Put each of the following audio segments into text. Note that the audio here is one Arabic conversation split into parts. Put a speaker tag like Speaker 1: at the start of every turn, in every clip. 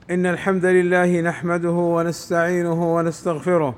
Speaker 1: إن الحمد لله نحمده ونستعينه ونستغفره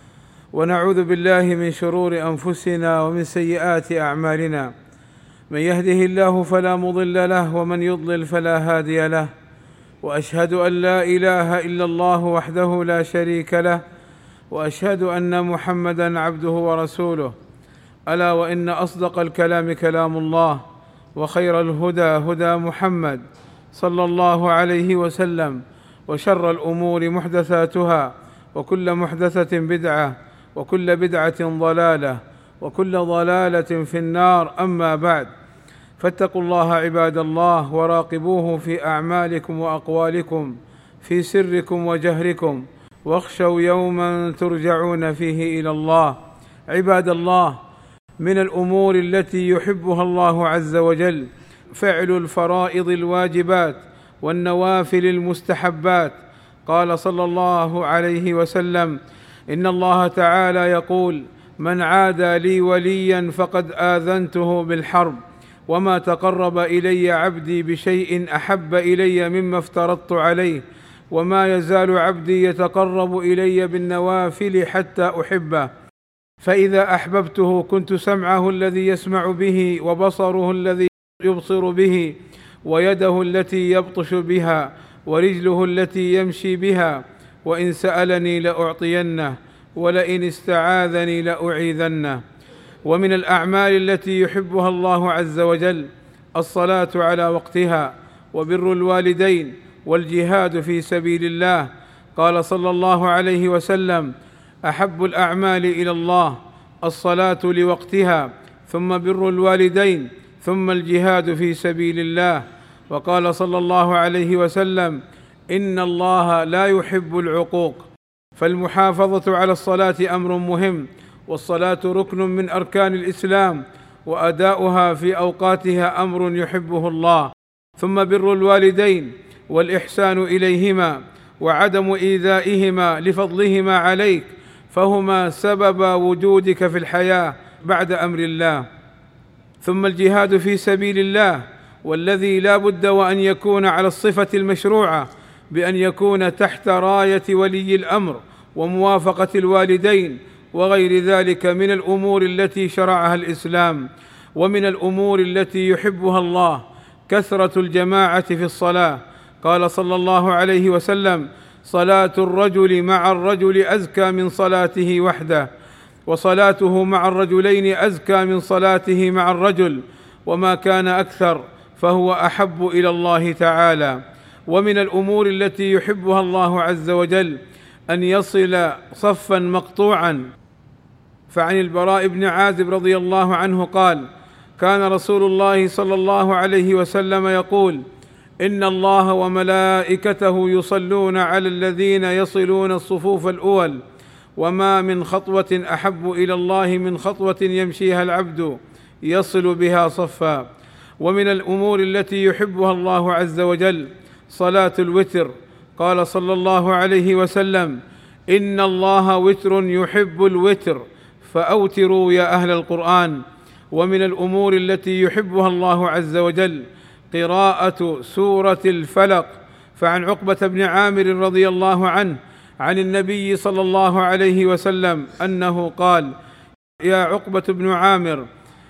Speaker 1: ونعوذ بالله من شرور أنفسنا ومن سيئات أعمالنا. من يهده الله فلا مضل له ومن يضلل فلا هادي له، وأشهد أن لا إله إلا الله وحده لا شريك له، وأشهد أن محمدًا عبده ورسوله. ألا وإن أصدق الكلام كلام الله، وخير الهدى هدى محمد صلى الله عليه وسلم، وشر الأمور محدثاتها، وكل محدثة بدعة، وكل بدعة ضلالة، وكل ضلالة في النار. أما بعد، فاتقوا الله عباد الله، وراقبوه في أعمالكم وأقوالكم في سركم وجهركم، واخشوا يوما ترجعون فيه إلى الله. عباد الله، من الأمور التي يحبها الله عز وجل فعل الفرائض الواجبات والنوافل المستحبات. قال صلى الله عليه وسلم: إن الله تعالى يقول: من عادى لي وليا فقد آذنته بالحرب، وما تقرب إلي عبدي بشيء أحب إلي مما افترضت عليه، وما يزال عبدي يتقرب إلي بالنوافل حتى أحبه، فإذا أحببته كنت سمعه الذي يسمع به، وبصره الذي يبصر به، ويده التي يبطش بها، ورجله التي يمشي بها، وإن سألني لأعطينه، ولئن استعاذني لأعيذنه. ومن الأعمال التي يحبها الله عز وجل الصلاة على وقتها، وبر الوالدين، والجهاد في سبيل الله. قال صلى الله عليه وسلم: أحب الأعمال إلى الله الصلاة لوقتها، ثم بر الوالدين، ثم الجهاد في سبيل الله. وقال صلى الله عليه وسلم: إن الله لا يحب العقوق. فالمحافظة على الصلاة أمر مهم، والصلاة ركن من أركان الإسلام، وأداؤها في أوقاتها أمر يحبه الله. ثم بر الوالدين والإحسان إليهما، وعدم إيذائهما لفضلهما عليك، فهما سبب وجودك في الحياة بعد أمر الله. ثم الجهاد في سبيل الله، والذي لا بد وأن يكون على الصفة المشروعة، بأن يكون تحت راية ولي الأمر وموافقة الوالدين، وغير ذلك من الأمور التي شرعها الإسلام. ومن الأمور التي يحبها الله كثرة الجماعة في الصلاة. قال صلى الله عليه وسلم: صلاة الرجل مع الرجل أزكى من صلاته وحده، وصلاته مع الرجلين أزكى من صلاته مع الرجل، وما كان أكثر فهو أحب إلى الله تعالى. ومن الأمور التي يحبها الله عز وجل أن يصل صفا مقطوعا. فعن البراء بن عازب رضي الله عنه قال: كان رسول الله صلى الله عليه وسلم يقول: إن الله وملائكته يصلون على الذين يصلون الصفوف الأول، وما من خطوة أحب إلى الله من خطوة يمشيها العبد يصل بها صفا. ومن الأمور التي يحبها الله عز وجل صلاة الوتر. قال صلى الله عليه وسلم: إن الله وتر يحب الوتر، فأوتروا يا أهل القرآن. ومن الأمور التي يحبها الله عز وجل قراءة سورة الفلق. فعن عقبة بن عامر رضي الله عنه عن النبي صلى الله عليه وسلم أنه قال: يا عقبة بن عامر،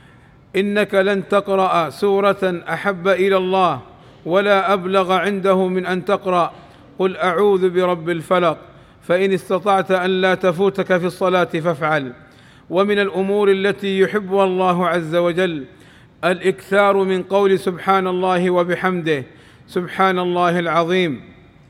Speaker 1: إنك لن تقرأ سورة أحب إلى الله ولا أبلغ عنده من أن تقرأ قل أعوذ برب الفلق، فإن استطعت أن لا تفوتك في الصلاة فافعل. ومن الأمور التي يحبها الله عز وجل الإكثار من قول سبحان الله وبحمده، سبحان الله العظيم.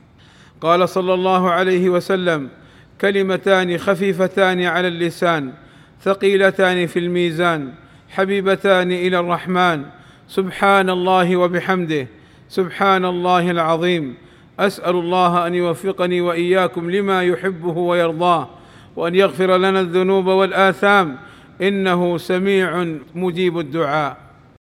Speaker 1: قال صلى الله عليه وسلم: كلمتان خفيفتان على اللسان، ثقيلتان في الميزان، حبيبتان إلى الرحمن، سبحان الله وبحمده، سبحان الله العظيم. أسأل الله أن يوفقني وإياكم لما يحبه ويرضاه، وأن يغفر لنا الذنوب والآثام، إنه سميع مجيب الدعاء.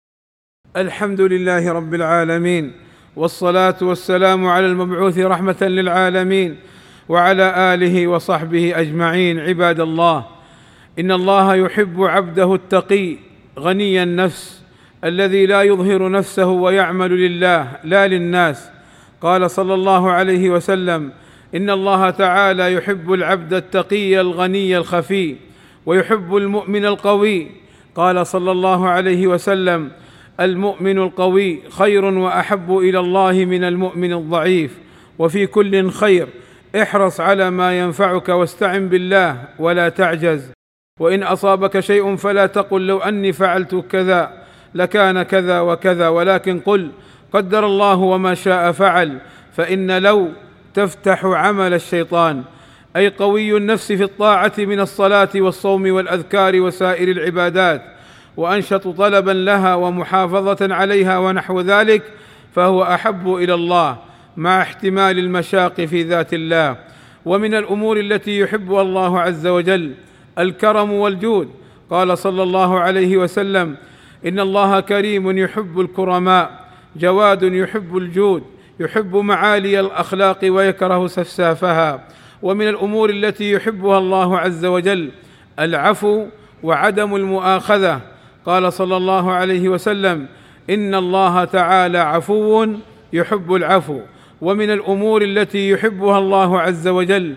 Speaker 1: الحمد لله رب العالمين، والصلاة والسلام على المبعوث رحمة للعالمين، وعلى آله وصحبه أجمعين. عباد الله، إن الله يحب عبده التقي غني النفس الذي لا يظهر نفسه ويعمل لله لا للناس. قال صلى الله عليه وسلم: إن الله تعالى يحب العبد التقي الغني الخفي، ويحب المؤمن القوي. قال صلى الله عليه وسلم: المؤمن القوي خير وأحب إلى الله من المؤمن الضعيف، وفي كل خير، احرص على ما ينفعك واستعن بالله ولا تعجز. وإن أصابك شيء فلا تقل لو أني فعلت كذا لكان كذا وكذا، ولكن قل قدر الله وما شاء فعل، فإن لو تفتح عمل الشيطان. أي قوي النفس في الطاعة من الصلاة والصوم والأذكار وسائر العبادات، وأنشط طلبا لها ومحافظة عليها ونحو ذلك، فهو أحب إلى الله مع احتمال المشاق في ذات الله. ومن الأمور التي يحبها الله عز وجل الكرم والجود. قال صلى الله عليه وسلم: إن الله كريم يحب الكرماء، جواد يحب الجود، يحب معالي الأخلاق ويكره سفسافها. ومن الأمور التي يحبها الله عز وجل العفو وعدم المؤاخذة. قال صلى الله عليه وسلم: إن الله تعالى عفو يحب العفو. ومن الأمور التي يحبها الله عز وجل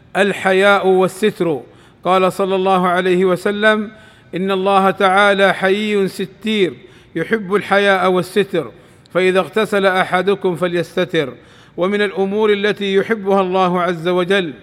Speaker 1: الحياء والستر. قال صلى الله عليه وسلم: إن الله تعالى حيي ستير يحب الحياء والستر، فإذا اغتسل أحدكم فليستتر. ومن الأمور التي يحبها الله عز وجل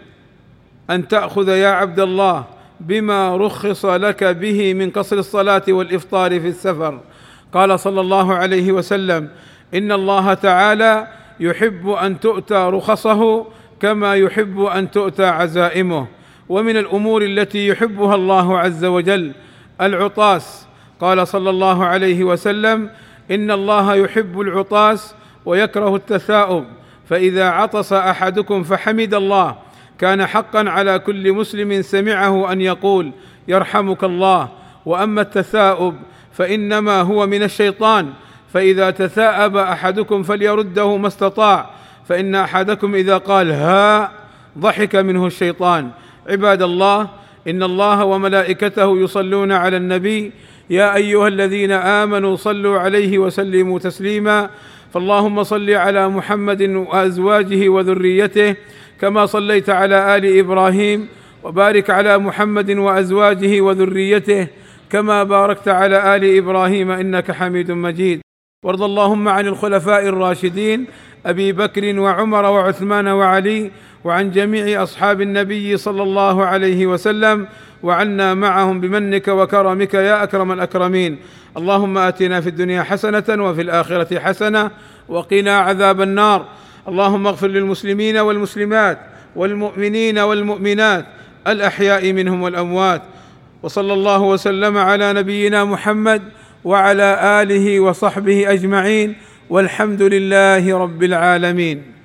Speaker 1: أن تأخذ يا عبد الله بما رخص لك به من قصر الصلاة والإفطار في السفر. قال صلى الله عليه وسلم: إن الله تعالى يحب أن تؤتى رخصه كما يحب أن تؤتى عزائمه. ومن الأمور التي يحبها الله عز وجل العطاس. قال صلى الله عليه وسلم: إن الله يحب العطاس ويكره التثاؤب، فإذا عطس أحدكم فحمد الله كان حقا على كل مسلم سمعه أن يقول: يرحمك الله. وأما التثاؤب فإنما هو من الشيطان، فإذا تثاءب أحدكم فليرده ما استطاع، فإن أحدكم إذا قال ها ضحك منه الشيطان. عباد الله، إن الله وملائكته يصلون على النبي، يا أيها الذين آمنوا صلوا عليه وسلموا تسليما. فاللهم صل على محمد وأزواجه وذريته كما صليت على آل إبراهيم، وبارك على محمد وأزواجه وذريته كما باركت على آل إبراهيم إنك حميد مجيد. وارض اللهم عن الخلفاء الراشدين أبي بكر وعمر وعثمان وعلي، وعن جميع أصحاب النبي صلى الله عليه وسلم، وعنا معهم بمنك وكرمك يا أكرم الأكرمين. اللهم آتنا في الدنيا حسنة وفي الآخرة حسنة وقنا عذاب النار. اللهم اغفر للمسلمين والمسلمات والمؤمنين والمؤمنات الأحياء منهم والأموات. وصلى الله وسلم على نبينا محمد وعلى آله وصحبه أجمعين، والحمد لله رب العالمين.